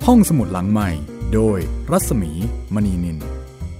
ห้องสมุดหลังใหม่โดยรัศมีมณีนิน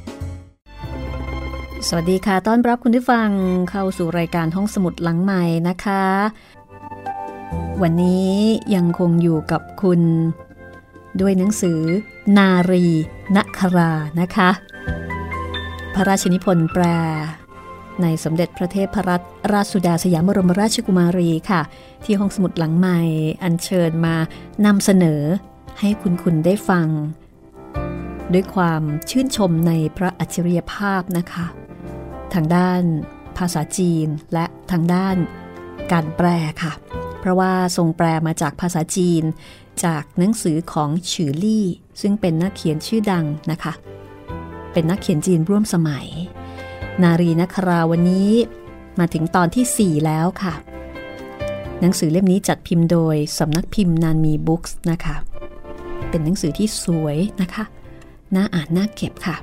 สวัสดีค่ะต้อนรับคุณผู้ฟังเข้าสู่รายการห้องสมุดหลังใหม่นะคะวันนี้ยังคงอยู่กับคุณด้วยหนังสือนารีนครานะคะพระราชนิพนธ์แปลในสมเด็จพระเทพรัตนราชสุดาสยามบรมราชกุมารีค่ะที่ห้องสมุดหลังใหม่อัญเชิญมานำเสนอให้คุณได้ฟังด้วยความชื่นชมในพระอัจฉริยภาพนะคะทางด้านภาษาจีนและทางด้านการแปลค่ะเพราะว่าทรงแปลมาจากภาษาจีนจากหนังสือของฉือลี่ซึ่งเป็นนักเขียนชื่อดังนะคะเป็นนักเขียนจีนร่วมสมัยนารีนคราวันนี้มาถึงตอนที่4แล้วค่ะหนังสือเล่มนี้จัดพิมพ์โดยสำนักพิมพ์นานมีบุ๊กส์นะคะเป็นหนังสือที่สวยนะคะน่าอ่านน่าเก็บค่ะ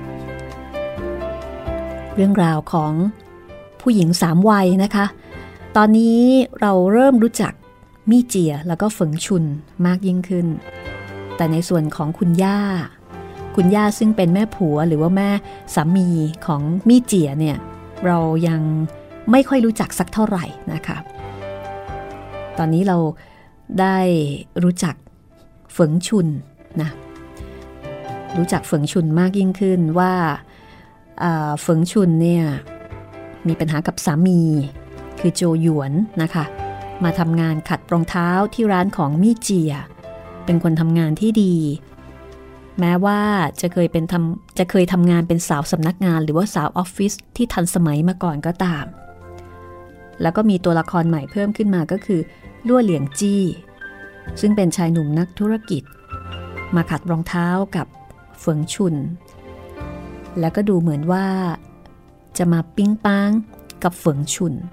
เรื่องราวของผู้หญิง3วัยนะคะตอนนี้เราเริ่มรู้จักมี่เจียแล้วก็เฟิงชุนมากยิ่งขึ้นแต่ในส่วนของคุณย่าซึ่งเป็นแม่ผัวหรือว่าแม่สามีของมี่เจียเนี่ยเรายังไม่ค่อยรู้จักสักเท่าไหร่นะคะตอนนี้เราได้รู้จักเฟิงชุนนะรู้จักเฟิงชุนมากยิ่งขึ้นว่าเฟิงชุนเนี่ยมีปัญหากับสามีคือโจหยวนนะคะมาทำงานขัดรองเท้าที่ร้านของมี่เจียเป็นคนทำงานที่ดีแม้ว่าจะเคยทำงานเป็นสาวสำนักงานหรือว่าสาวออฟฟิศที่ทันสมัยมาก่อนก็ตามแล้วก็มีตัวละครใหม่เพิ่มขึ้นมาก็คือลั่วเหลียงจี้ซึ่งเป็นชายหนุ่มนักธุรกิจมาขัดรองเท้ากับเฟิงชุนแล้วก็ดูเหมือนว่าจะมาปิ๊งปังกับเฟิงชุน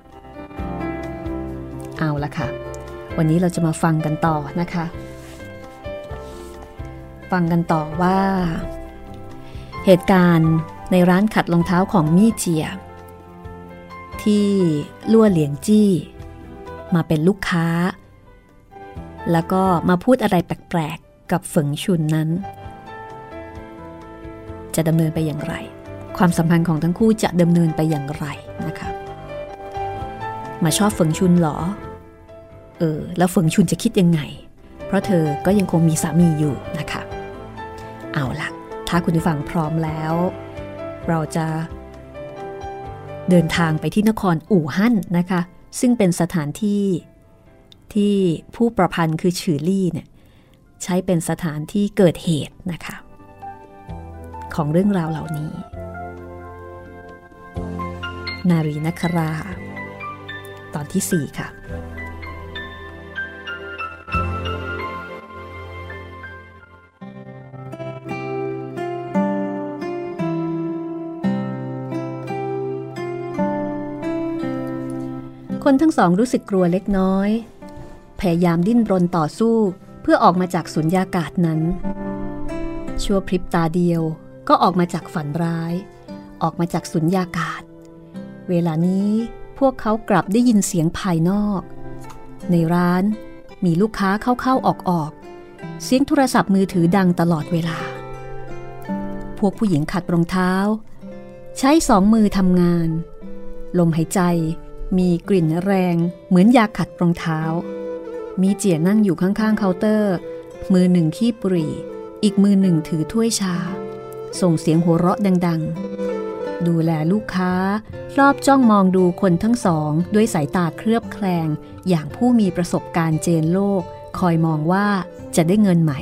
เอาละค่ะวันนี้เราจะมาฟังกันต่อนะคะฟังกันต่อว่าเหตุการณ์ในร้านขัดรองเท้าของมี่เจียที่ลั่วเหลียงจี้มาเป็นลูกค้าแล้วก็มาพูดอะไรแปลกๆกับเฟิงชุนนั้นจะดำเนินไปอย่างไรความสัมพันธ์ของทั้งคู่จะดำเนินไปอย่างไรนะคะมาชอบเฟิงชุนเหรอแล้วเฟิงชุนจะคิดยังไงเพราะเธอก็ยังคงมีสามีอยู่นะคะเอาล่ะถ้าคุณผู้ฟังพร้อมแล้วเราจะเดินทางไปที่นครอู่ฮั่นนะคะซึ่งเป็นสถานที่ที่ผู้ประพันธ์คือฉือลี่เนี่ยใช้เป็นสถานที่เกิดเหตุนะคะของเรื่องราวเหล่านี้นารีนคราตอนที่4ค่ะคนทั้งสองรู้สึกกลัวเล็กน้อยพยายามดิ้นรนต่อสู้เพื่อออกมาจากสุญญากาศนั้นชั่วพริบตาเดียวก็ออกมาจากฝันร้ายออกมาจากสุญญากาศเวลานี้พวกเขากลับได้ยินเสียงภายนอกในร้านมีลูกค้าเข้าๆออกๆเสียงโทรศัพท์มือถือดังตลอดเวลาพวกผู้หญิงขัดรองเท้าใช้2 มือทำงานลมหายใจมีกลิ่นแรงเหมือนยาขัดรองเท้ามีเจี๋ยนั่งอยู่ข้างๆเคาน์เตอร์มือหนึ่งคีบบุหรี่อีกมือหนึ่งถือถ้วยชาส่งเสียงหัวเราะดังๆดูแลลูกค้ารอบจ้องมองดูคนทั้งสองด้วยสายตาเคลือบแคลงอย่างผู้มีประสบการณ์เจนโลกคอยมองว่าจะได้เงินไหม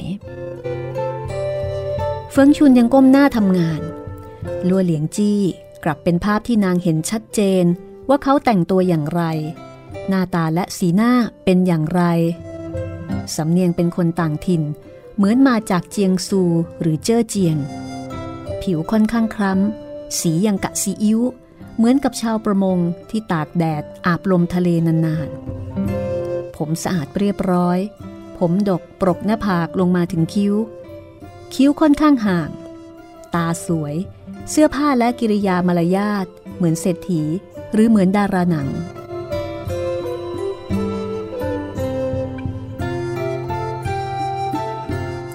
เฟิงชุนยังก้มหน้าทำงานลั่วเหลียงจี้กลับเป็นภาพที่นางเห็นชัดเจนว่าเขาแต่งตัวอย่างไรหน้าตาและสีหน้าเป็นอย่างไรสำเนียงเป็นคนต่างถิ่นเหมือนมาจากเจียงซูหรือเจ้อเจียงผิวค่อนข้างคล้ำสีอย่างกะซีอิ๊วเหมือนกับชาวประมงที่ตากแดดอาบลมทะเลนานๆผมสะอาดเรียบร้อยผมดกปรกหน้าผากลงมาถึงคิ้วค่อนข้างห่างตาสวยเสื้อผ้าและกิริยามารยาทเหมือนเศรษฐีหรือเหมือนดาราหนัง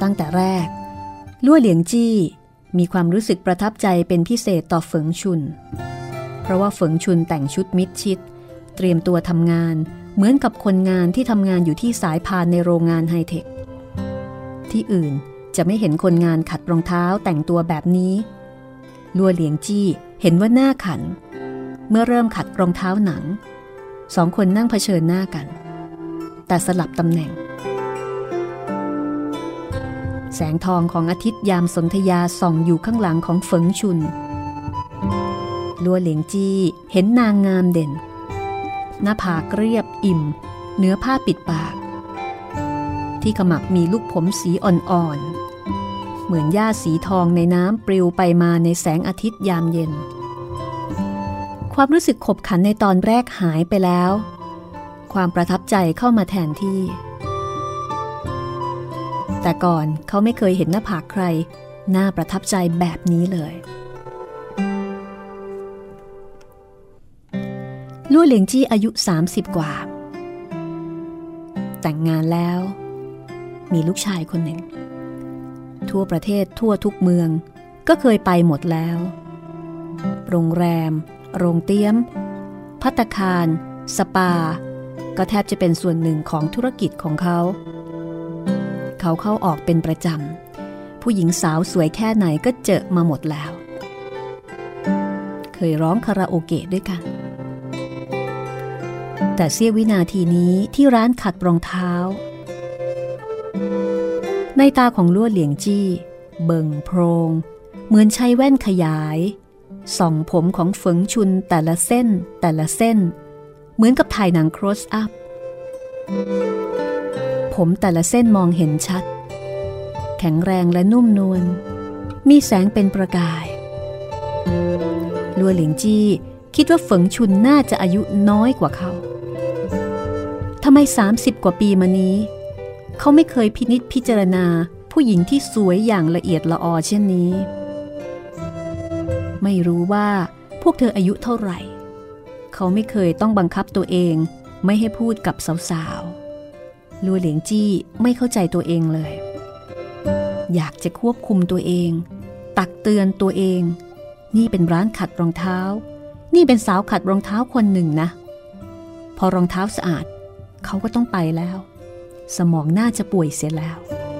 ตั้งแต่แรกลั่วเหลียงจี้มีความรู้สึกประทับใจเป็นพิเศษต่อเฟิงชุนเพราะว่าเฟิงชุนแต่งชุดมิดชิดเตรียมตัวทำงานเหมือนกับคนงานที่ทำงานอยู่ที่สายพานในโรงงานไฮเทคที่อื่นจะไม่เห็นคนงานขัดรองเท้าแต่งตัวแบบนี้ลั่วเหลียงจี้เห็นว่าหน้าขันเมื่อเริ่มขัดรองเท้าหนังสองคนนั่งเผชิญหน้ากันแต่สลับตำแหน่งแสงทองของอาทิตย์ยามสนธยาส่องอยู่ข้างหลังของเฟิงชุนลั่วเหลียงจี้เห็นนางงามเด่นหน้าผากเรียบอิ่มเนื้อผ้าปิดปากที่ขมับมีลูกผมสีอ่อนๆเหมือนหญ้าสีทองในน้ำปลิวไปมาในแสงอาทิตย์ยามเย็นความรู้สึกขบขันในตอนแรกหายไปแล้วความประทับใจเข้ามาแทนที่แต่ก่อนเขาไม่เคยเห็นหน้าผากใครน่าประทับใจแบบนี้เลยลั่วเหลียงจี้อายุ30กว่าแต่งงานแล้วมีลูกชายคนหนึ่งทั่วประเทศทั่วทุกเมืองก็เคยไปหมดแล้วโรงแรมโรงเตี้ยมภัตตาคารสปาก็แทบจะเป็นส่วนหนึ่งของธุรกิจของเขาเข้าออกเป็นประจำผู้หญิงสาวสวยแค่ไหนก็เจอมาหมดแล้วเคยร้องคาราโอเกะด้วยกันแต่เสี้ยววินาทีนี้ที่ร้านขัดรองเท้าในตาของลั่วเหลียงจี้เบิ่งโพรงเหมือนใช้แว่นขยายส่องผมของเฟิงชุนแต่ละเส้นเหมือนกับถ่ายหนัง close up ผมแต่ละเส้นมองเห็นชัดแข็งแรงและนุ่มนวลมีแสงเป็นประกายลั่วเหลียงจี้คิดว่าเฟิงชุนน่าจะอายุน้อยกว่าเขาทำไม30กว่าปีมานี้เขาไม่เคยพินิจพิจารณาผู้หญิงที่สวยอย่างละเอียดละออเช่นนี้ไม่รู้ว่าพวกเธออายุเท่าไหร่เขาไม่เคยต้องบังคับตัวเองไม่ให้พูดกับสาวๆลั่วเหลียงจี้ไม่เข้าใจตัวเองเลยอยากจะควบคุมตัวเองตักเตือนตัวเองนี่เป็นร้านขัดรองเท้านี่เป็นสาวขัดรองเท้าคนหนึ่งนะพอรองเท้าสะอาดเขาก็ต้องไปแล้วสมองน่าจะป่วยเสียแล้ว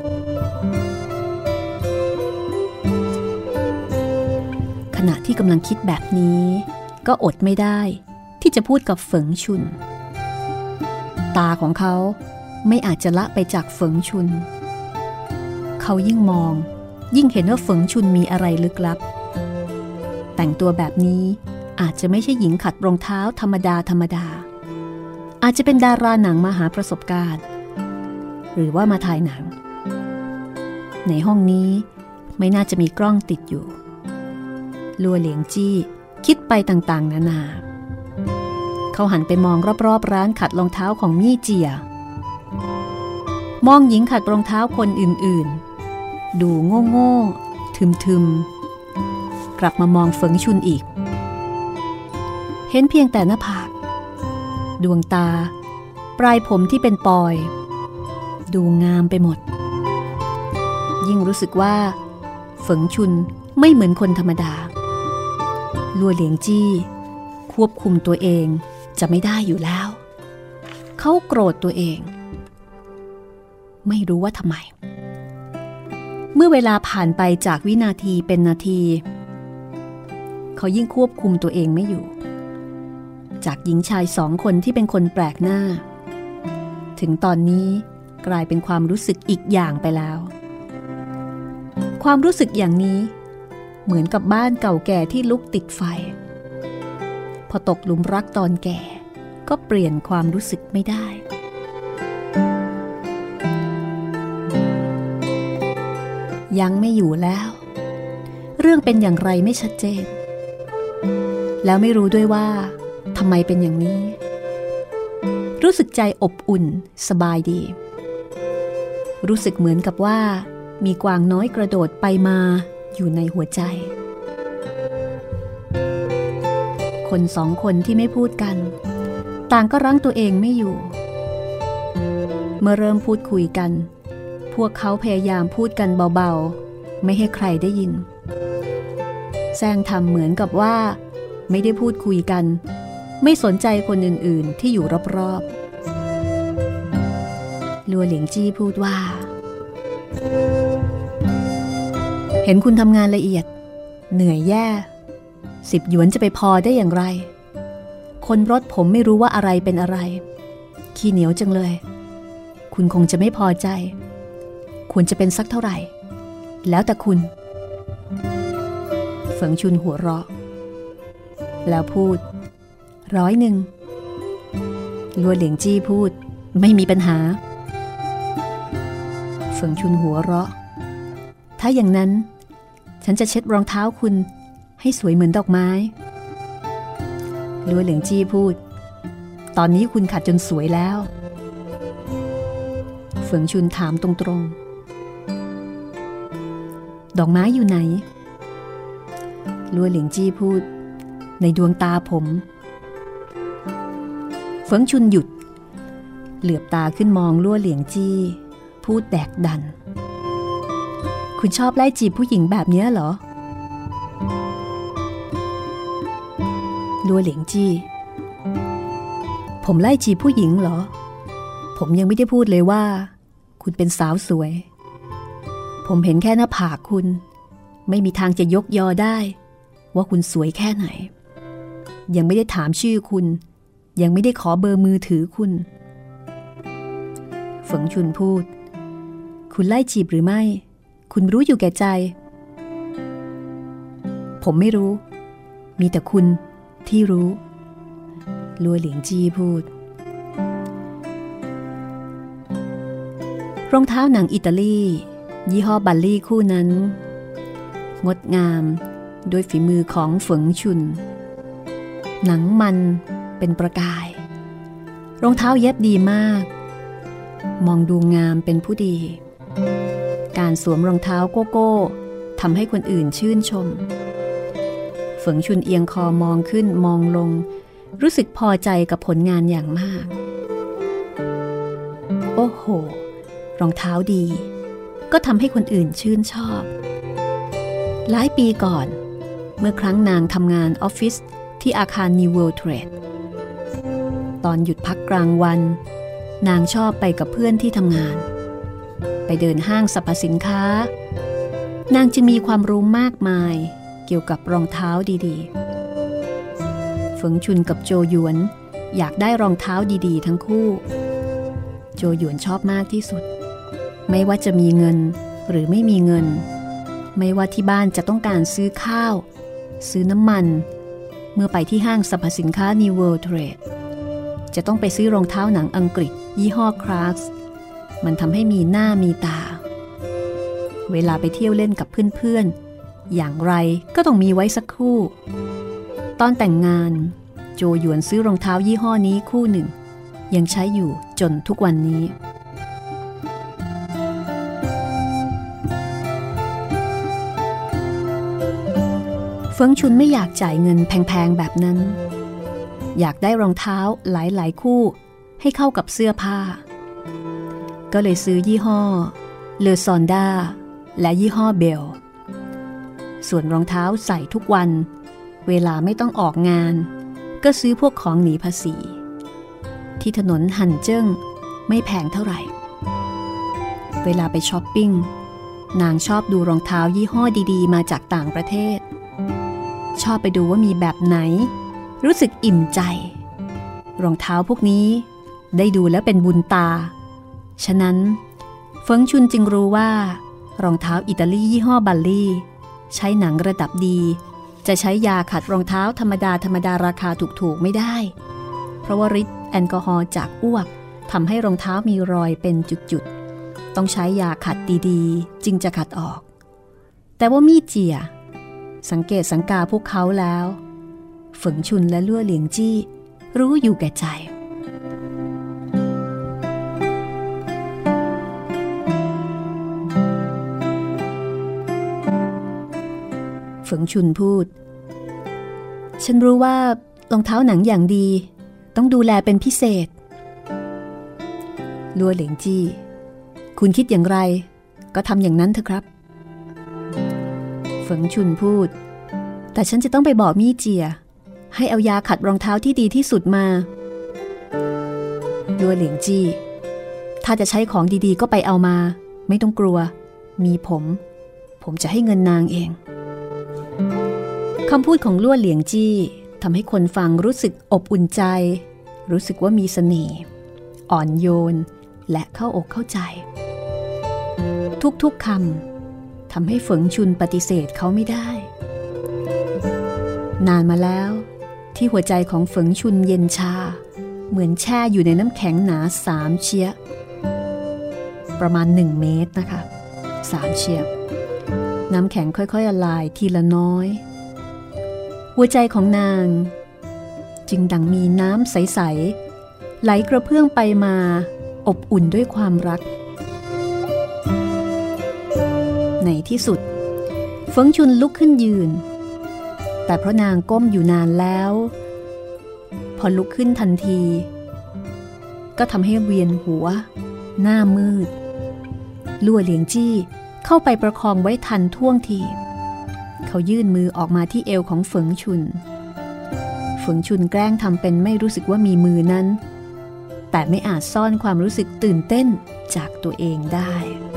ขณะที่กำลังคิดแบบนี้ก็อดไม่ได้ที่จะพูดกับเฟิงชุนตาของเขาไม่อาจจะละไปจากเฟิงชุนเขายิ่งมองยิ่งเห็นว่าเฟิงชุนมีอะไรลึกลับแต่งตัวแบบนี้อาจจะไม่ใช่หญิงขัดรองเท้าธรรมดาอาจจะเป็นดาราหนังมาหาประสบการณ์หรือว่ามาถ่ายหนังในห้องนี้ไม่น่าจะมีกล้องติดอยู่ลั่วเหลียงจี้คิดไปต่างๆนานาเขาหันไปมองรอบๆร้านขัดรองเท้าของมี่เจียมองหญิงขัดรองเท้าคนอื่นๆดูโง่ๆทึมๆกลับมามองเฟิงชุนอีกเห็นเพียงแต่หน้าผากดวงตาปลายผมที่เป็นปอยดูงามไปหมดยิ่งรู้สึกว่าเฟิงชุนไม่เหมือนคนธรรมดาลั่วเหลียงจี้ควบคุมตัวเองจะไม่ได้อยู่แล้วเขาโกรธตัวเองไม่รู้ว่าทำไมเมื่อเวลาผ่านไปจากวินาทีเป็นนาทีเขายิ่งควบคุมตัวเองไม่อยู่จากหญิงชาย2 คนที่เป็นคนแปลกหน้าถึงตอนนี้กลายเป็นความรู้สึกอีกอย่างไปแล้วความรู้สึกอย่างนี้เหมือนกับบ้านเก่าแก่ที่ลุกติดไฟพอตกหลุมรักตอนแก่ก็เปลี่ยนความรู้สึกไม่ได้ยังไม่อยู่แล้วเรื่องเป็นอย่างไรไม่ชัดเจนแล้วไม่รู้ด้วยว่าทำไมเป็นอย่างนี้รู้สึกใจอบอุ่นสบายดีรู้สึกเหมือนกับว่ามีกวางน้อยกระโดดไปมาอยู่ในหัวใจคน2 คนที่ไม่พูดกันต่างก็รั้งตัวเองไม่อยู่เมื่อเริ่มพูดคุยกันพวกเขาพยายามพูดกันเบาๆไม่ให้ใครได้ยินแซงทำเหมือนกับว่าไม่ได้พูดคุยกันไม่สนใจคนอื่นๆที่อยู่รอบๆลัวเหลียงจี้พูดว่าเห็นคุณทำงานละเอียดเหนื่อยแย่10 หยวนจะไปพอได้อย่างไรคนรถผมไม่รู้ว่าอะไรเป็นอะไรขี้เหนียวจังเลยคุณคงจะไม่พอใจควรจะเป็นสักเท่าไหร่แล้วแต่คุณเฟิงชุนหัวเราะแล้วพูด100ลัวเหลียงจี้พูดไม่มีปัญหาเฟิงชุนหัวเราะถ้าอย่างนั้นฉันจะเช็ดรองเท้าคุณให้สวยเหมือนดอกไม้ลัวเหลียงจี้พูดตอนนี้คุณขัดจนสวยแล้วเฟิงชุนถามตรงๆดอกไม้อยู่ไหนลัวเหลียงจี้พูดในดวงตาผมเฟิงชุนหยุดเหลือบตาขึ้นมองลัวเหลียงจี้พูดแดกดันคุณชอบไล่จีบผู้หญิงแบบนี้เหรอลัวเหลียงจี้ผมไล่จีบผู้หญิงเหรอผมยังไม่ได้พูดเลยว่าคุณเป็นสาวสวยผมเห็นแค่หน้าผากคุณไม่มีทางจะยกยอได้ว่าคุณสวยแค่ไหนยังไม่ได้ถามชื่อคุณยังไม่ได้ขอเบอร์มือถือคุณเฟิงชุนพูดคุณไล่จีบหรือไม่คุณรู้อยู่แก่ใจผมไม่รู้มีแต่คุณที่รู้ลัวเหลียงจี้พูดรองเท้าหนังอิตาลียี่ห้อบัลลี่คู่นั้นงดงามโดยฝีมือของเฟิงชุนหนังมันเป็นประกายรองเท้าเย็บดีมากมองดูงามเป็นผู้ดีการสวมรองเท้าโกโก้ทำให้คนอื่นชื่นชมเฟิงชุนเอียงคอมองขึ้นมองลงรู้สึกพอใจกับผลงานอย่างมากโอ้โหรองเท้าดีก็ทำให้คนอื่นชื่นชอบหลายปีก่อนเมื่อครั้งนางทำงานออฟฟิศที่อาคาร New World Trade ตอนหยุดพักกลางวันนางชอบไปกับเพื่อนที่ทำงานไปเดินห้างสรรพสินค้านางจึงมีความรู้มากมายเกี่ยวกับรองเท้าดีๆเฟิงชุนกับโจหยวนอยากได้รองเท้าดีๆทั้งคู่โจหยวนชอบมากที่สุดไม่ว่าจะมีเงินหรือไม่มีเงินไม่ว่าที่บ้านจะต้องการซื้อข้าวซื้อน้ำมันเมื่อไปที่ห้างสรรพสินค้า New World Trade จะต้องไปซื้อรองเท้าหนังอังกฤษยี่ห้อคลาร์กส์มันทำให้มีหน้ามีตาเวลาไปเที่ยวเล่นกับเพื่อนๆอย่างไรก็ต้องมีไว้สักคู่ตอนแต่งงานโจหยวนซื้อรองเท้ายี่ห้อนี้คู่หนึ่งยังใช้อยู่จนทุกวันนี้เฟิงชุนไม่อยากจ่ายเงินแพงๆแบบนั้นอยากได้รองเท้าหลายๆคู่ให้เข้ากับเสื้อผ้าก็เลยซื้อยี่ห้อเลอซอนด้าและยี่ห้อเบลส่วนรองเท้าใส่ทุกวันเวลาไม่ต้องออกงานก็ซื้อพวกของหนีภาษีที่ถนนฮั่นเจิ้งไม่แพงเท่าไหร่เวลาไปช้อปปิ้งนางชอบดูรองเท้ายี่ห้อดีๆมาจากต่างประเทศชอบไปดูว่ามีแบบไหนรู้สึกอิ่มใจรองเท้าพวกนี้ได้ดูแล้วเป็นบุญตาฉะนั้นเฟิงชุนจึงรู้ว่ารองเท้าอิตาลียี่ห้อบัลลี่ใช้หนังระดับดีจะใช้ยาขัดรองเท้าธรรมดาราคาถูกๆไม่ได้เพราะว่าฤทธิ์แอลกอฮอล์จากอ้วกทำให้รองเท้ามีรอยเป็นจุดๆต้องใช้ยาขัดดีๆจึงจะขัดออกแต่ว่ามี่เจียสังเกตสังกาพวกเขาแล้วเฟิงชุนและลั่วเหลียงจี้รู้อยู่แก่ใจเฟิงชุนพูดฉันรู้ว่ารองเท้าหนังอย่างดีต้องดูแลเป็นพิเศษลั่วเหลียงจี้คุณคิดอย่างไรก็ทำอย่างนั้นเถอะครับเฟิงชุนพูดแต่ฉันจะต้องไปบอกมี่เจียให้เอายาขัดรองเท้าที่ดีที่สุดมาลัวเหลียงจี้ถ้าจะใช้ของดีๆก็ไปเอามาไม่ต้องกลัวมีผมจะให้เงินนางเองคำพูดของลัวเหลียงจี้ทำให้คนฟังรู้สึกอบอุ่นใจรู้สึกว่ามีเสน่ห์อ่อนโยนและเข้าอกเข้าใจทุกๆคำทำให้เฟิงชุนปฏิเสธเขาไม่ได้นานมาแล้วที่หัวใจของเฟิงชุนเย็นชาเหมือนแช่อยู่ในน้ำแข็งหนา3 เชียประมาณ1 เมตรนะคะ3 เชียน้ำแข็งค่อยๆละลายทีละน้อยหัวใจของนางจึงดังมีน้ำใสๆไหลกระเพื่อมไปมาอบอุ่นด้วยความรักในที่สุดเฟิงชุนลุกขึ้นยืนแต่เพราะนางก้มอยู่นานแล้วพอลุกขึ้นทันทีก็ทำให้เวียนหัวหน้ามืดลั่วเหลียงจี้เข้าไปประคองไว้ทันท่วงทีเขายื่นมือออกมาที่เอวของเฟิงชุนแกล้งทำเป็นไม่รู้สึกว่ามีมือนั้นแต่ไม่อาจซ่อนความรู้สึกตื่นเต้นจากตัวเองได้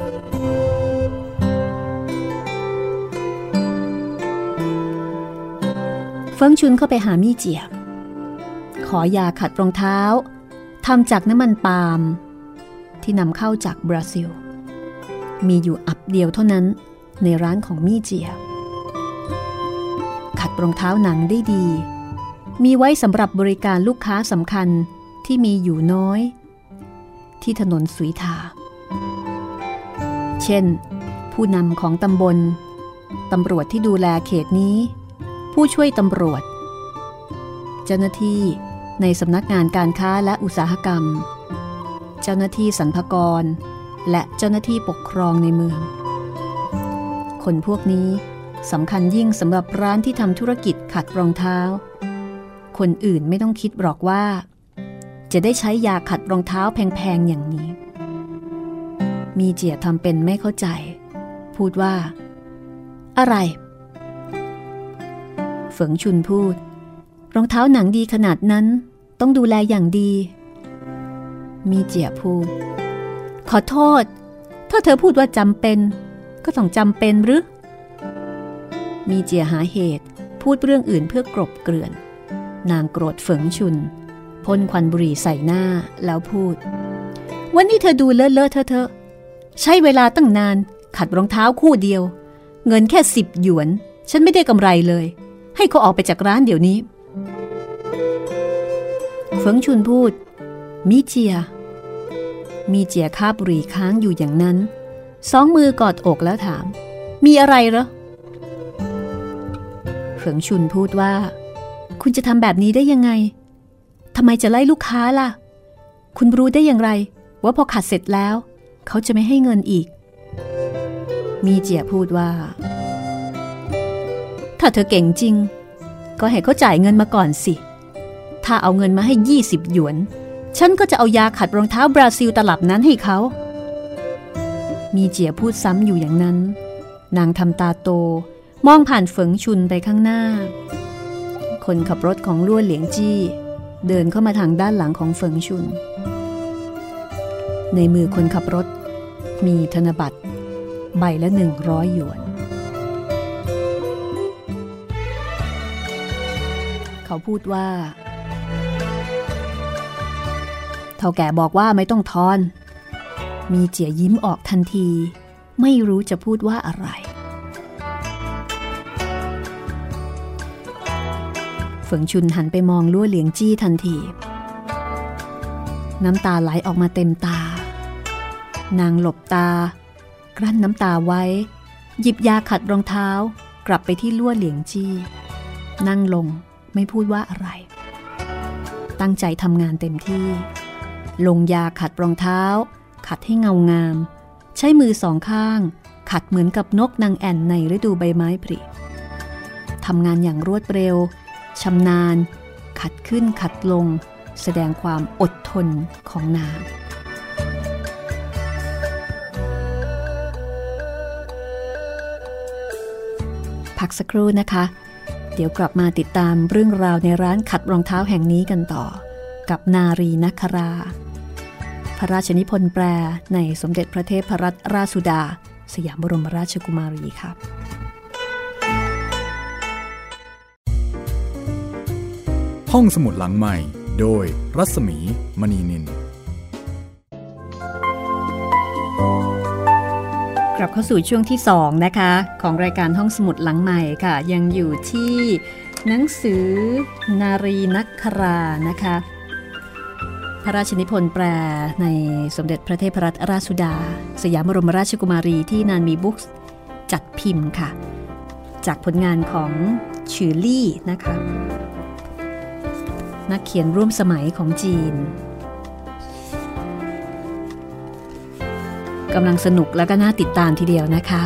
เฟิงชุนเข้าไปหามี่เจียขอยาขัดรองเท้าทำจากน้ำมันปาล์มที่นำเข้าจากบราซิลมีอยู่อับเดียวเท่านั้นในร้านของมี่เจียขัดรองเท้าหนังได้ดีมีไว้สำหรับบริการลูกค้าสำคัญที่มีอยู่น้อยที่ถนนสุยทาเช่นผู้นำของตำบลตำรวจที่ดูแลเขตนี้ผู้ช่วยตำรวจเจ้าหน้าที่ในสำนักงานการค้าและอุตสาหกรรมเจ้าหน้าที่สรรพากรและเจ้าหน้าที่ปกครองในเมืองคนพวกนี้สำคัญยิ่งสำหรับร้านที่ทำธุรกิจขัดรองเท้าคนอื่นไม่ต้องคิดหรอกว่าจะได้ใช้ยาขัดรองเท้าแพงๆอย่างนี้มีเจียทำเป็นไม่เข้าใจพูดว่าอะไรเฟิงชุนพูดรองเท้าหนังดีขนาดนั้นต้องดูแลอย่างดีมีเจียพูดขอโทษถ้าเธอพูดว่าจำเป็นก็ต้องจำเป็นหรือมีเจียหาเหตุพูดเรื่องอื่นเพื่อกลบเกลื่อนนางโกรธเฟิงชุนพ่นควันบุหรี่ใส่หน้าแล้วพูดวันนี้เธอดูเลอะเทอะใช้เวลาตั้งนานขัดรองเท้าคู่เดียวเงินแค่10 หยวนฉันไม่ได้กำไรเลยให้เขาออกไปจากร้านเดี๋ยวนี้เฟิงชุนพูดมีเจียคาบบุหรี่ค้างอยู่อย่างนั้น2 มือกอดอกแล้วถามมีอะไรเหรอเฟิงชุนพูดว่าคุณจะทำแบบนี้ได้ยังไงทำไมจะไล่ลูกค้าล่ะคุณรู้ได้อย่างไรว่าพอขัดเสร็จแล้วเขาจะไม่ให้เงินอีกมีเจียพูดว่าถ้าเธอเก่งจริงก็ให้เขาจ่ายเงินมาก่อนสิถ้าเอาเงินมาให้20 หยวนฉันก็จะเอายาขัดรองเท้าบราซิลตลับนั้นให้เขามีเจียพูดซ้ำอยู่อย่างนั้นนางทำตาโตมองผ่านเฟิงชุนไปข้างหน้าคนขับรถของลั่วเหลียงจี้เดินเข้ามาทางด้านหลังของเฟิงชุนในมือคนขับรถมีธนบัตรใบละ100 หยวนเขาพูดว่าเฒ่าแก่บอกว่าไม่ต้องทอนมีเจียยิ้มออกทันทีไม่รู้จะพูดว่าอะไรเฟิงชุนหันไปมองลั่วเหลียงจี้ทันทีน้ำตาไหลออกมาเต็มตานางหลบตากลั้นน้ำตาไว้หยิบยาขัดรองเท้ากลับไปที่ลั่วเหลียงจี้นั่งลงไม่พูดว่าอะไรตั้งใจทำงานเต็มที่ลงยาขัดรองเท้าขัดให้เงางามใช้มือ2 ข้างขัดเหมือนกับนกนางแอ่นในฤดูใบไม้ผลิทำงานอย่างรวดเร็วชำนาญขัดขึ้นขัดลงแสดงความอดทนของนางพักสักครู่นะคะเดี๋ยวกลับมาติดตามเรื่องราวในร้านขัดรองเท้าแห่งนี้กันต่อกับนารีนัคราพระราชนิพนธ์แปลในสมเด็จพระเทพรัตนราชสุดาสยามบรมราชกุมารีค่ะห้องสมุดหลังใหม่โดยรัศมีมณีนินกลับเข้าสู่ช่วงที่2นะคะของรายการห้องสมุดหลังใหม่ค่ะยังอยู่ที่หนังสือนารีนัครานะคะพระราชนิพนธ์แปลในสมเด็จพระเทพรัตนราชสุดาสยามบรมราชกุมารีที่นานมีบุ๊กส์จัดพิมพ์ค่ะจากผลงานของฉือลี่นะคะนักเขียนร่วมสมัยของจีนกำลังสนุกและก็น่าติดตามทีเดียวนะคะ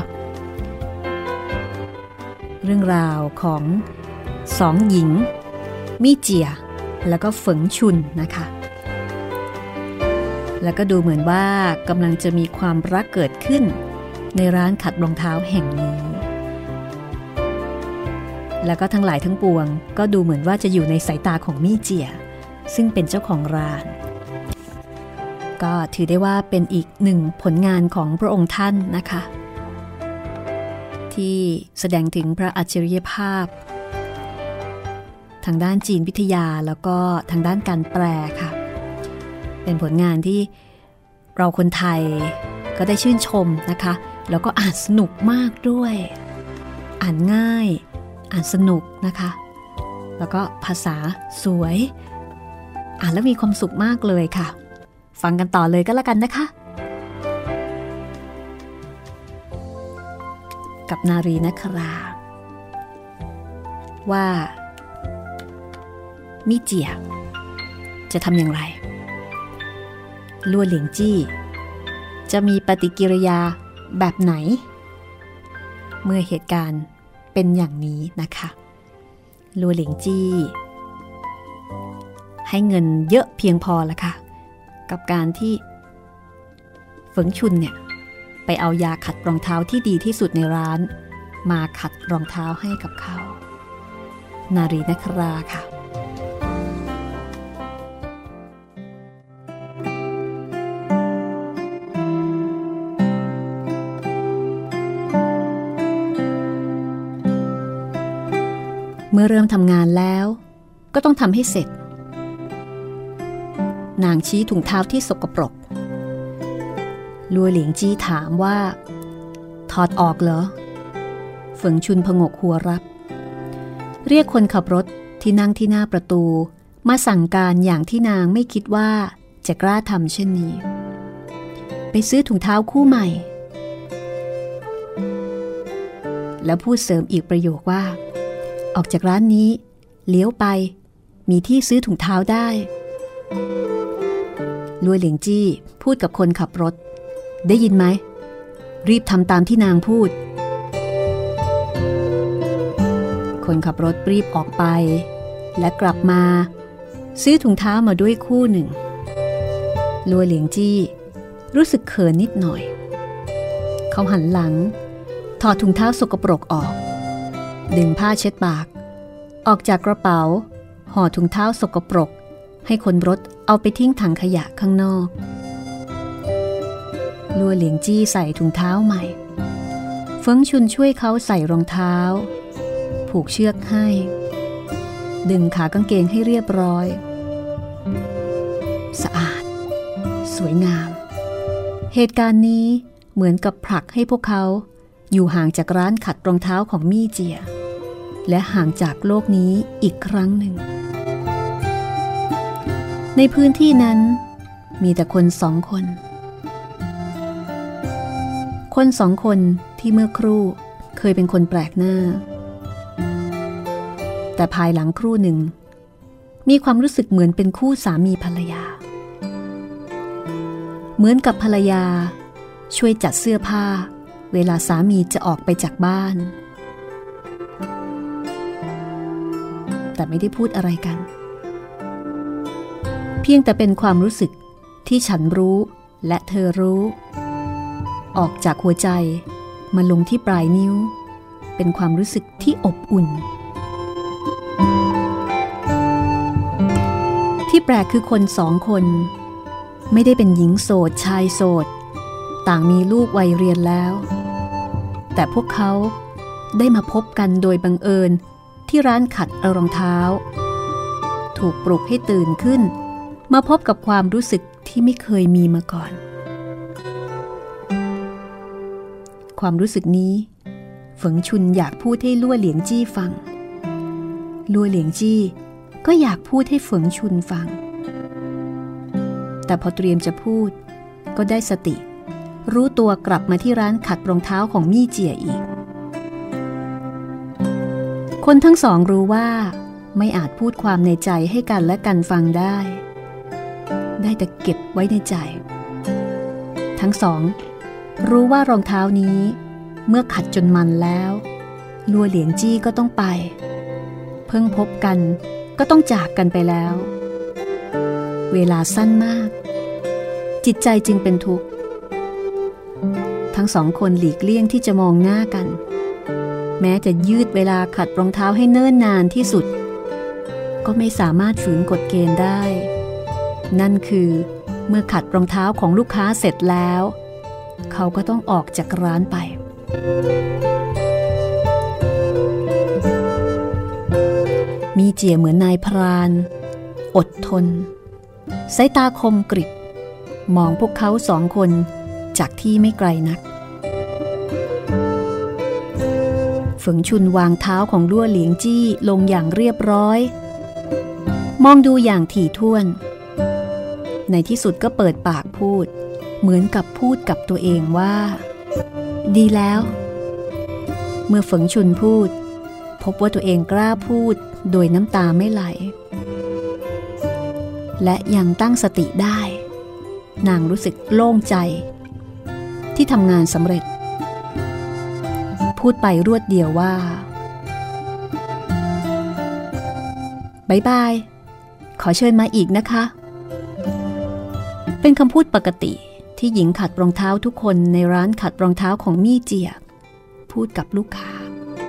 เรื่องราวของสองหญิงมี่เจียแล้วก็เฟิงชุนนะคะแล้วก็ดูเหมือนว่ากำลังจะมีความรักเกิดขึ้นในร้านขัดรองเท้าแห่งนี้แล้วก็ทั้งหลายทั้งปวงก็ดูเหมือนว่าจะอยู่ในสายตาของมี่เจียซึ่งเป็นเจ้าของร้านก็ถือได้ว่าเป็นอีกหนึ่งผลงานของพระองค์ท่านนะคะที่แสดงถึงพระอัจฉริยภาพทางด้านจีนวิทยาแล้วก็ทางด้านการแปลค่ะเป็นผลงานที่เราคนไทยก็ได้ชื่นชมนะคะแล้วก็อ่านสนุกมากด้วยอ่านง่ายอ่านสนุกนะคะแล้วก็ภาษาสวยอ่านแล้วมีความสุขมากเลยค่ะฟังกันต่อเลยก็แล้วกันนะคะกับนารีนัคราว่ามี่เจียจะทำอย่างไรลั่วเหลียงจี้จะมีปฏิกิริยาแบบไหนเมื่อเหตุการณ์เป็นอย่างนี้นะคะลั่วเหลียงจี้ให้เงินเยอะเพียงพอละค่ะกับการที่เฟิงชุนเนี่ยไปเอายาขัดรองเท้าที่ดีที่สุดในร้านมาขัดรองเท้าให้กับเขานารีนัคราค่ะเมื่อเริ่มทำงานแล้วก็ต้องทำให้เสร็จนางชี้ถุงเท้าที่สกปรกลัวเหลียงจี้ถามว่าถอดออกเหรอเฟิงชุนผงกหัวรับเรียกคนขับรถที่นั่งที่หน้าประตูมาสั่งการอย่างที่นางไม่คิดว่าจะกล้าทำเช่นนี้ไปซื้อถุงเท้าคู่ใหม่แล้วพูดเสริมอีกประโยคว่าออกจากร้านนี้เลี้ยวไปมีที่ซื้อถุงเท้าได้ลัวเหลียงจี้พูดกับคนขับรถได้ยินไหมรีบทำตามที่นางพูดคนขับรถรีบออกไปและกลับมาซื้อถุงเท้ามาด้วยคู่หนึ่งลัวเหลียงจี้รู้สึกเขินนิดหน่อยเขาหันหลังถอดถุงเท้าสกปรกออกดึงผ้าเช็ดปากออกจากกระเป๋าห่อถุงเท้าสกปรกให้คนรถเอาไปทิ้งถังขยะข้างนอกลัวเหลียงจี้ใส่ถุงเท้าใหม่เฟิงชุนช่วยเขาใส่รองเท้าผูกเชือกให้ดึงขากางเกงให้เรียบร้อยสะอาดสวยงามเหตุการณ์นี้เหมือนกับผลักให้พวกเขาอยู่ห่างจากร้านขัดรองเท้าของมี่เจียและห่างจากโลกนี้อีกครั้งหนึ่งในพื้นที่นั้นมีแต่คนสองคนที่เมื่อครู่เคยเป็นคนแปลกหน้าแต่ภายหลังครู่หนึ่งมีความรู้สึกเหมือนเป็นคู่สามีภรรยาเหมือนกับภรรยาช่วยจัดเสื้อผ้าเวลาสามีจะออกไปจากบ้านแต่ไม่ได้พูดอะไรกันเพียงแต่เป็นความรู้สึกที่ฉันรู้และเธอรู้ออกจากหัวใจมาลงที่ปลายนิ้วเป็นความรู้สึกที่อบอุ่นที่แปลกคือคนสองคนไม่ได้เป็นหญิงโสดชายโสดต่างมีลูกวัยเรียนแล้วแต่พวกเขาได้มาพบกันโดยบังเอิญที่ร้านขัดรองเท้าถูกปลุกให้ตื่นขึ้นมาพบกับความรู้สึกที่ไม่เคยมีมาก่อนความรู้สึกนี้เฟิงชุนอยากพูดให้ลั่วเหลียงจี้ฟังลั่วเหลียงจี้ก็อยากพูดให้เฟิงชุนฟังแต่พอเตรียมจะพูดก็ได้สติรู้ตัวกลับมาที่ร้านขัดรองเท้าของมี่เจียอีกคนทั้งสองรู้ว่าไม่อาจพูดความในใจให้กันและกันฟังได้แต่เก็บไว้ในใจทั้งสองรู้ว่ารองเท้านี้เมื่อขัดจนมันแล้วลั่วเหลียงจี้ก็ต้องไปเพิ่งพบกันก็ต้องจากกันไปแล้วเวลาสั้นมากจิตใจจึงเป็นทุกข์ทั้งสองคนหลีกเลี่ยงที่จะมองหน้ากันแม้จะยืดเวลาขัดรองเท้าให้เนิ่นนานที่สุดก็ไม่สามารถฝืนกฎเกณฑ์ได้นั่นคือเมื่อขัดรองเท้าของลูกค้าเสร็จแล้วเขาก็ต้องออกจากร้านไปมีเจี๋ยเหมือนนายพรานอดทนสายตาคมกริบมองพวกเขาสองคนจากที่ไม่ไกลนักเฟิงชุนวางเท้าของลั่วเหลียงจี้ลงอย่างเรียบร้อยมองดูอย่างถี่ถ้วนในที่สุดก็เปิดปากพูดเหมือนกับพูดกับตัวเองว่าดีแล้วเมื่อเฟิงชุนพูดพบว่าตัวเองกล้าพูดโดยน้ำตาไม่ไหลและยังตั้งสติได้นางรู้สึกโล่งใจที่ทำงานสำเร็จพูดไปรวดเดียวว่าบ๊ายบายขอเชิญมาอีกนะคะเป็นคำพูดปกติที่หญิงขัดรองเท้าทุกคนในร้านขัดรองเท้าของมี่เจียพูดกับลูกค้า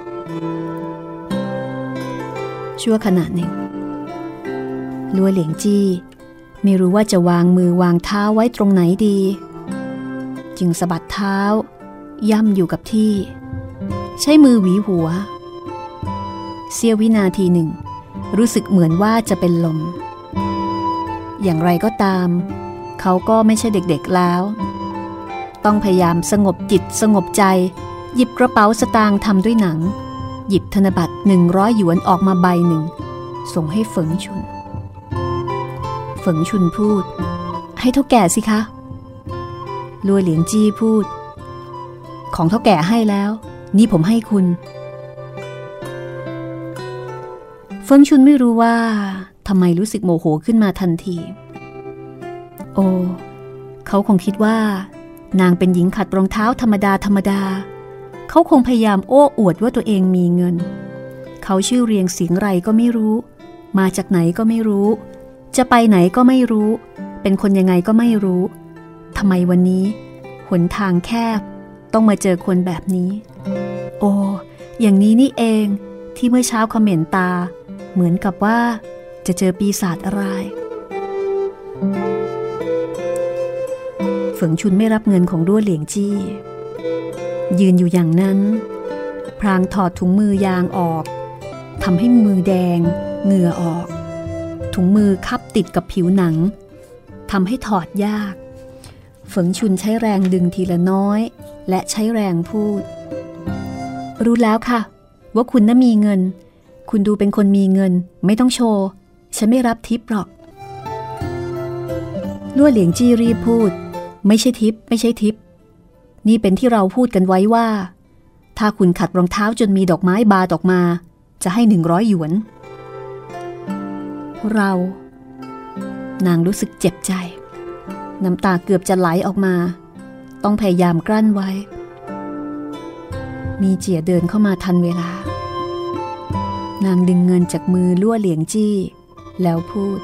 ชั่วขณะหนึ่งลั่วเหลียงจี้ไม่รู้ว่าจะวางมือวางเท้าไว้ตรงไหนดีจึงสะบัดเท้าย่ำอยู่กับที่ใช้มือหวีหัวเสี้ยววินาทีหนึ่งรู้สึกเหมือนว่าจะเป็นลมอย่างไรก็ตามเขาก็ไม่ใช่เด็กๆแล้วต้องพยายามสงบจิตสงบใจหยิบกระเป๋าสตางค์ทำด้วยหนังหยิบธนบัตร100หยวนออกมาใบหนึ่งส่งให้เฟิงชุนเฟิงชุนพูดให้เท่าแก่สิคะลั่วเหลียงจี้พูดของเท่าแก่ให้แล้วนี่ผมให้คุณเฟิงชุนไม่รู้ว่าทำไมรู้สึกโมโหขึ้นมาทันทีโอ้เขาคงคิดว่านางเป็นหญิงขัดรองเท้าธรรมดาเขาคงพยายามโอ้อวดว่าตัวเองมีเงินเขาชื่อเรียงเสียงไรก็ไม่รู้มาจากไหนก็ไม่รู้จะไปไหนก็ไม่รู้เป็นคนยังไงก็ไม่รู้ทำไมวันนี้หนทางแคบต้องมาเจอคนแบบนี้โอ้อย่างนี้นี่เองที่เมื่อเช้าคอมเมนตาเหมือนกับว่าจะเจอปีศาจอะไรเฟิงชุนไม่รับเงินของลั่วเหลียงจี้ยืนอยู่อย่างนั้นพลางถอดถุงมือยางออกทำให้มือแดงเหงื่อออกถุงมือคับติดกับผิวหนังทำให้ถอดยากเฟิงชุนใช้แรงดึงทีละน้อยและใช้แรงพูดรู้แล้วค่ะว่าคุณน่ะมีเงินคุณดูเป็นคนมีเงินไม่ต้องโชว์ฉันไม่รับทิปหรอกลั่วเหลียงจี้รีบพูดไม่ใช่ทิปไม่ใช่ทิปนี่เป็นที่เราพูดกันไว้ว่าถ้าคุณขัดรองเท้าจนมีดอกไม้บานออกมาจะให้100หยวนเรานางรู้สึกเจ็บใจน้ำตาเกือบจะไหลออกมาต้องพยายามกลั้นไว้มีเจี๋ยเดินเข้ามาทันเวลานางดึงเงินจากมือลั่วเหลียงจี้แล้วพูด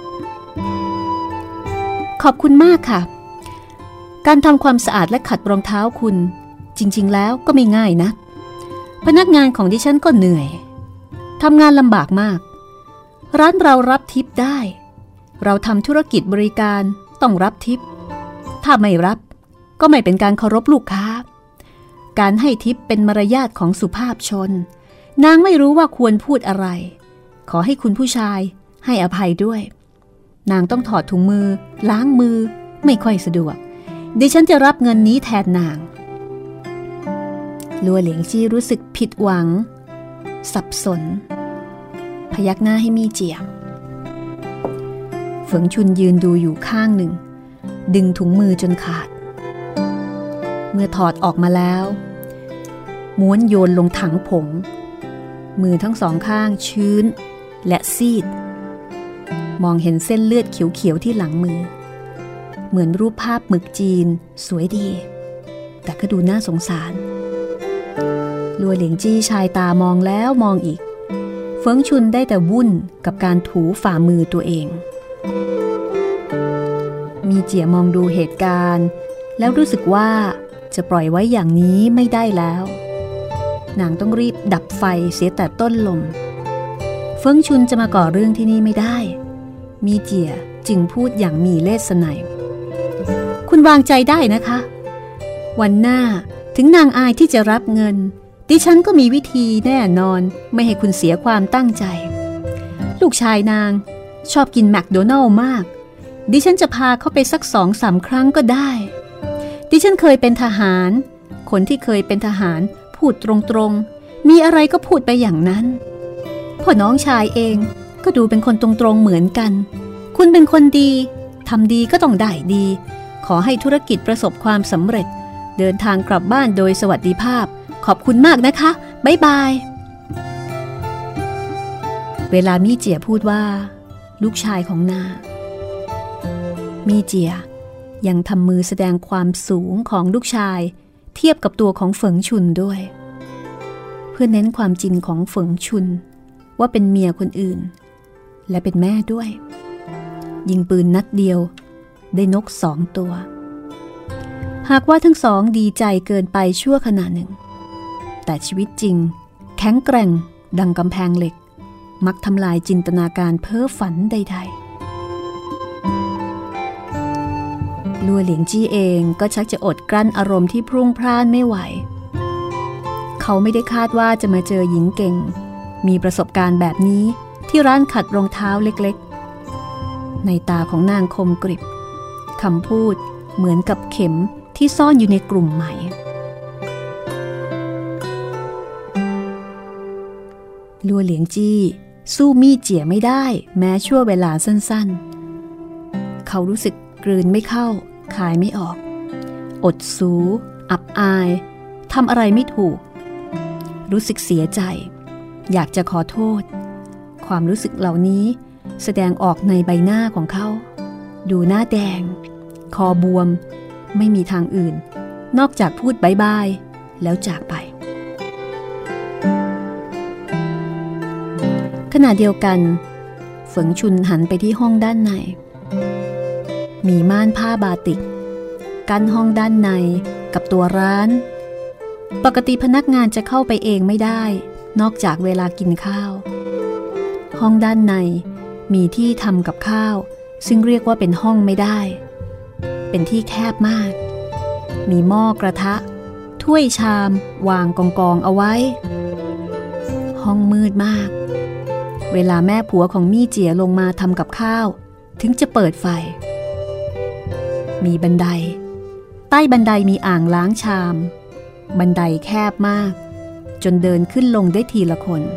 ขอบคุณมากค่ะการทำความสะอาดและขัดรองเท้าคุณจริงๆแล้วก็ไม่ง่ายนะพนักงานของดิฉันก็เหนื่อยทำงานลำบากมากร้านเรารับทิปได้เราทำธุรกิจบริการต้องรับทิปถ้าไม่รับก็ไม่เป็นการเคารพลูกค้าการให้ทิปเป็นมารยาทของสุภาพชนนางไม่รู้ว่าควรพูดอะไรขอให้คุณผู้ชายให้อภัยด้วยนางต้องถอดถุงมือล้างมือไม่ค่อยสะดวกดิฉันจะรับเงินนี้แทนนางลัวเหลียงจี้รู้สึกผิดหวังสับสนพยักหน้าให้มี่เจียเฟิงชุนยืนดูอยู่ข้างหนึ่งดึงถุงมือจนขาดเมื่อถอดออกมาแล้วม้วนโยนลงถังผงมือทั้งสองข้างชื้นและซีดมองเห็นเส้นเลือดเขียวๆที่หลังมือเหมือนรูปภาพหมึกจีนสวยดีแต่ก็ดูน่าสงสารลัวเหลียงจี้ชายตามองแล้วมองอีกเฟิงชุนได้แต่วุ่นกับการถูฝ่ามือตัวเองมีเจียมองดูเหตุการณ์แล้วรู้สึกว่าจะปล่อยไว้อย่างนี้ไม่ได้แล้วนางต้องรีบดับไฟเสียแต่ต้นลมเฟิงชุนจะมาก่อเรื่องที่นี่ไม่ได้มีเจียจึงพูดอย่างมีเลสไนคุณวางใจได้นะคะวันหน้าถึงนางอายที่จะรับเงินดิฉันก็มีวิธีแน่นอนไม่ให้คุณเสียความตั้งใจลูกชายนางชอบกินแมคโดนัลล์มากดิฉันจะพาเขาไปสัก 2-3 ครั้งก็ได้ดิฉันเคยเป็นทหารคนที่เคยเป็นทหารพูดตรงๆมีอะไรก็พูดไปอย่างนั้นพ่อน้องชายเองก็ดูเป็นคนตรงๆเหมือนกันคุณเป็นคนดีทำดีก็ต้องได้ดีขอให้ธุรกิจประสบความสำเร็จเดินทางกลับบ้านโดยสวัสดิภาพขอบคุณมากนะคะบ๊ายบายเวลามี่เจียพูดว่าลูกชายของนางมี่เจียยังทำมือแสดงความสูงของลูกชายเทียบกับตัวของเฟิงชุนด้วยเพื่อเน้นความจริงของเฟิงชุนว่าเป็นเมียคนอื่นและเป็นแม่ด้วยยิงปืนนัดเดียวได้นก2 ตัวหากว่าทั้งสองดีใจเกินไปชั่วขณะหนึ่งแต่ชีวิตจริงแข็งแกร่งดังกำแพงเหล็กมักทำลายจินตนาการเพ้อฝันใดๆลัวเหลียงจี้เองก็ชักจะอดกลั้นอารมณ์ที่พรุ่งพร่านไม่ไหวเขาไม่ได้คาดว่าจะมาเจอหญิงเก่งมีประสบการณ์แบบนี้ที่ร้านขัดรองเท้าเล็กๆในตาของนางคมกริบคำพูดเหมือนกับเข็มที่ซ่อนอยู่ในกลุ่มไหมลัวเหลียงจี้สู้มี่เจี๋ยไม่ได้แม้ชั่วเวลาสั้นๆเขารู้สึกกลืนไม่เข้าคายไม่ออกอดสูอับอายทำอะไรไม่ถูกรู้สึกเสียใจอยากจะขอโทษความรู้สึกเหล่านี้แสดงออกในใบหน้าของเขาดูหน้าแดงคอบวมไม่มีทางอื่นนอกจากพูดบ๊ายบายแล้วจากไปขณะเดียวกันเฟิงชุนหันไปที่ห้องด้านในมีม่านผ้าบาติกกั้นห้องด้านในกับตัวร้านปกติพนักงานจะเข้าไปเองไม่ได้นอกจากเวลากินข้าวห้องด้านในมีที่ทำกับข้าวซึ่งเรียกว่าเป็นห้องไม่ได้เป็นที่แคบมากมีหม้อกระทะถ้วยชามวางกองเอาไว้ห้องมืดมากเวลาแม่ผัวของมี่เจี๋ยลงมาทำกับข้าวถึงจะเปิดไฟมีบันไดใต้บันไดมีอ่างล้างชามบันไดแคบมากจนเดินขึ้นลงได้ทีละคน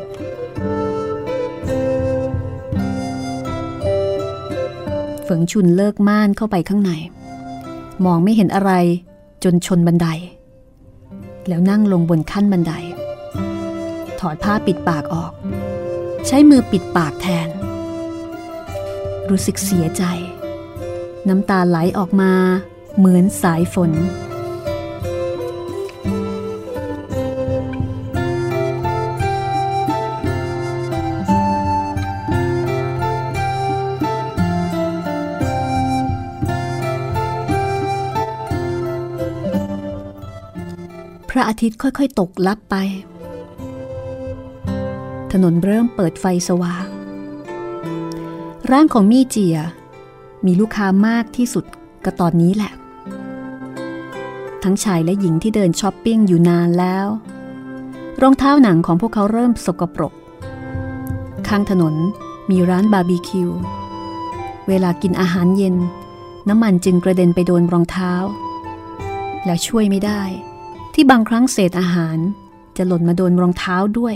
เฟิงชุนเลิกม่านเข้าไปข้างในมองไม่เห็นอะไรจนชนบันไดแล้วนั่งลงบนขั้นบันไดถอดผ้าปิดปากออกใช้มือปิดปากแทนรู้สึกเสียใจน้ำตาไหลออกมาเหมือนสายฝนพระอาทิตย์ค่อยๆตกลับไปถนนเริ่มเปิดไฟสว่างร้านของมี่เจียมีลูกค้ามากที่สุดก็ตอนนี้แหละทั้งชายและหญิงที่เดินช้อปปิ้งอยู่นานแล้วรองเท้าหนังของพวกเขาเริ่มสกปรกข้างถนนมีร้านบาร์บีคิวเวลากินอาหารเย็นน้ำมันจึงกระเด็นไปโดนรองเท้าแล้วช่วยไม่ได้ที่บางครั้งเศษอาหารจะหล่นมาโดนรองเท้าด้วย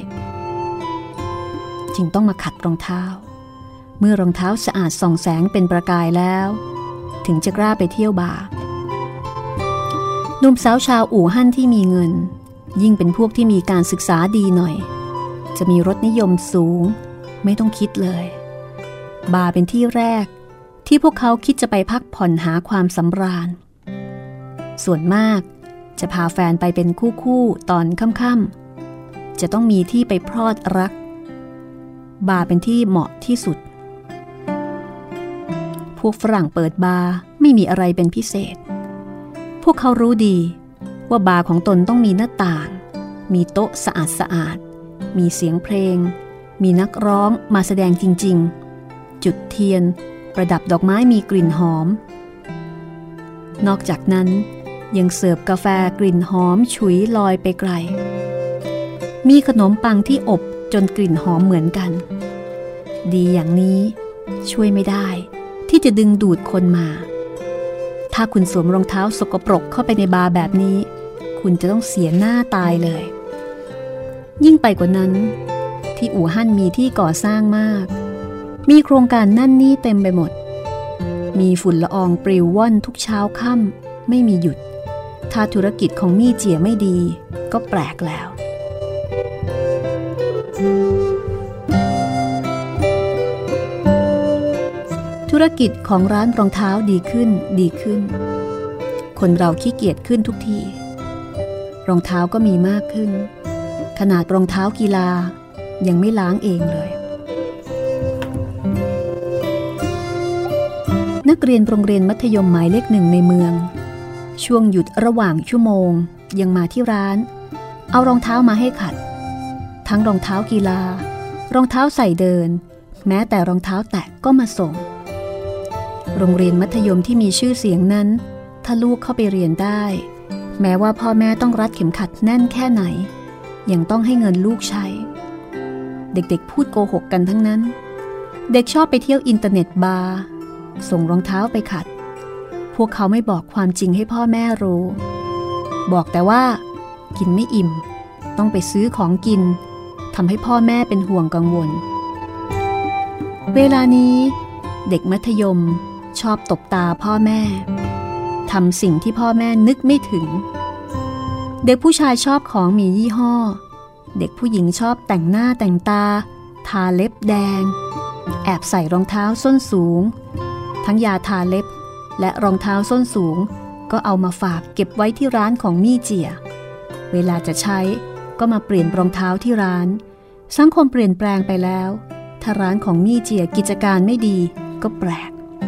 จึงต้องมาขัดรองเท้าเมื่อรองเท้าสะอาดส่องแสงเป็นประกายแล้วถึงจะกล้าไปเที่ยวบาร์หนุ่มสาวชาวอู่ฮั่นที่มีเงินยิ่งเป็นพวกที่มีการศึกษาดีหน่อยจะมีรสนิยมสูงไม่ต้องคิดเลยบาร์เป็นที่แรกที่พวกเขาคิดจะไปพักผ่อนหาความสำราญส่วนมากจะพาแฟนไปเป็นคู่ๆตอนค่ำๆจะต้องมีที่ไปพรอดรักบาร์เป็นที่เหมาะที่สุดพวกฝรั่งเปิดบาร์ไม่มีอะไรเป็นพิเศษพวกเขารู้ดีว่าบาร์ของตนต้องมีหน้าต่างมีโต๊ะสะอาดๆมีเสียงเพลงมีนักร้องมาแสดงจริงๆจุดเทียนประดับดอกไม้มีกลิ่นหอมนอกจากนั้นยังเสิร์ฟกาแฟกลิ่นหอมฉุยลอยไปไกลมีขนมปังที่อบจนกลิ่นหอมเหมือนกันดีอย่างนี้ช่วยไม่ได้ที่จะดึงดูดคนมาถ้าคุณสวมรองเท้าสกปรกเข้าไปในบาร์แบบนี้คุณจะต้องเสียหน้าตายเลยยิ่งไปกว่านั้นที่อู่ฮั่นมีที่ก่อสร้างมากมีโครงการนั่นนี่เต็มไปหมดมีฝุ่นละอองปลิวว่อนทุกเช้าค่ำไม่มีหยุดถ้าธุรกิจของมี่เจียไม่ดีก็แปลกแล้วธุรกิจของร้านรองเท้าดีขึ้นคนเราขี้เกียจขึ้นทุกทีรองเท้าก็มีมากขึ้นขนาดรองเท้ากีฬายังไม่ล้างเองเลยนักเรียนโรงเรียนมัธยมหมายเลข 1ในเมืองช่วงหยุดระหว่างชั่วโมงยังมาที่ร้านเอารองเท้ามาให้ขัดทั้งรองเท้ากีฬารองเท้าใส่เดินแม้แต่รองเท้าแตะก็มาส่งโรงเรียนมัธยมที่มีชื่อเสียงนั้นถ้าลูกเข้าไปเรียนได้แม้ว่าพ่อแม่ต้องรัดเข็มขัดแน่นแค่ไหนยังต้องให้เงินลูกใช้เด็กๆพูดโกหกกันทั้งนั้นเด็กชอบไปเที่ยวอินเทอร์เน็ตบาร์ส่งรองเท้าไปขัดพวกเขาไม่บอกความจริงให้พ่อแม่รู้บอกแต่ว่ากินไม่อิ่มต้องไปซื้อของกินทำให้พ่อแม่เป็นห่วงกังวลเวลานี้เด็กมัธยมชอบตบตาพ่อแม่ทำสิ่งที่พ่อแม่นึกไม่ถึงเด็กผู้ชายชอบของมียี่ห้อเด็กผู้หญิงชอบแต่งหน้าแต่งตาทาเล็บแดงแอบใส่รองเท้าส้นสูงทั้งยาทาเล็บและรองเท้าส้นสูงก็เอามาฝากเก็บไว้ที่ร้านของมี่เจียเวลาจะใช้ก็มาเปลี่ยนรองเท้าที่ร้านสังคมเปลี่ยนแปลงไปแล้วถ้าร้านของมี่เจียกิจการไม่ดีก็แปลก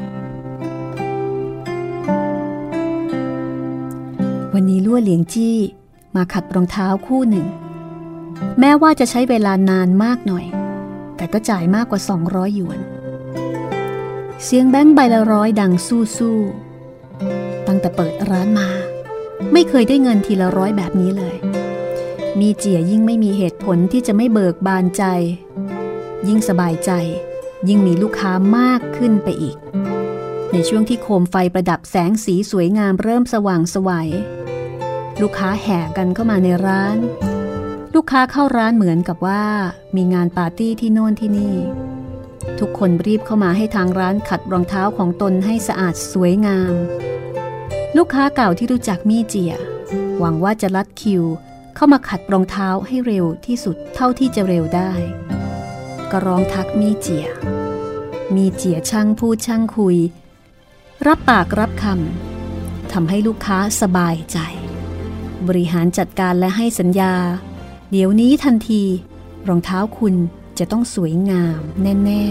วันนี้ลั่วเหลียงจี้มาขัดรองเท้าคู่หนึ่งแม้ว่าจะใช้เวลานานมากหน่อยแต่ก็จ่ายมากกว่า200 หยวนเสียงแบงค์ใบละ100ดังสู้ๆตั้งแต่เปิดร้านมาไม่เคยได้เงินทีละ100แบบนี้เลยมีเจียยิ่งไม่มีเหตุผลที่จะไม่เบิกบานใจยิ่งสบายใจยิ่งมีลูกค้ามากขึ้นไปอีกในช่วงที่โคมไฟประดับแสงสีสวยงามเริ่มสว่างไสวลูกค้าแห่กันเข้ามาในร้านลูกค้าเข้าร้านเหมือนกับว่ามีงานปาร์ตี้ที่โน่นที่นี่ทุกคนรีบเข้ามาให้ทางร้านขัดรองเท้าของตนให้สะอาดสวยงามลูกค้าเก่าที่รู้จักมี่เจียหวังว่าจะลัดคิวเข้ามาขัดรองเท้าให้เร็วที่สุดเท่าที่จะเร็วได้ก็ร้องทักมี่เจียช่างพูดช่างคุยรับปากรับคำทำให้ลูกค้าสบายใจบริหารจัดการและให้สัญญาเดี๋ยวนี้ทันทีรองเท้าคุณจะต้องสวยงามแน่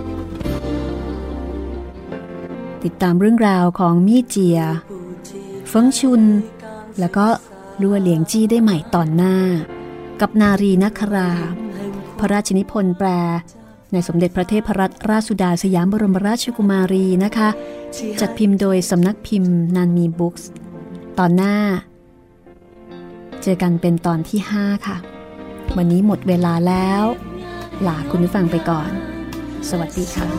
ๆติดตามเรื่องราวของมี่เจียเฟิงชุนแล้วก็ลัวเหลียงจี้ได้ใหม่ตอนหน้ากับนารีนคราพระราชนิพนธ์แปลในสมเด็จพระเทพรัตนราชสุดาสยามบรมราชกุมารีนะคะจัดพิมพ์โดยสำนักพิมพ์นันมีบุ๊กส์ตอนหน้าเจอกันเป็นตอนที่ 5 ค่ะวันนี้หมดเวลาแล้วลาคุณผู้ฟังไปก่อนสวัสดีค่ะ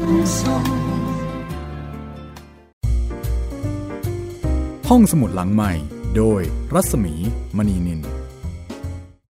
ห้องสมุดหลังใหม่โดยรัศมีมณีนิน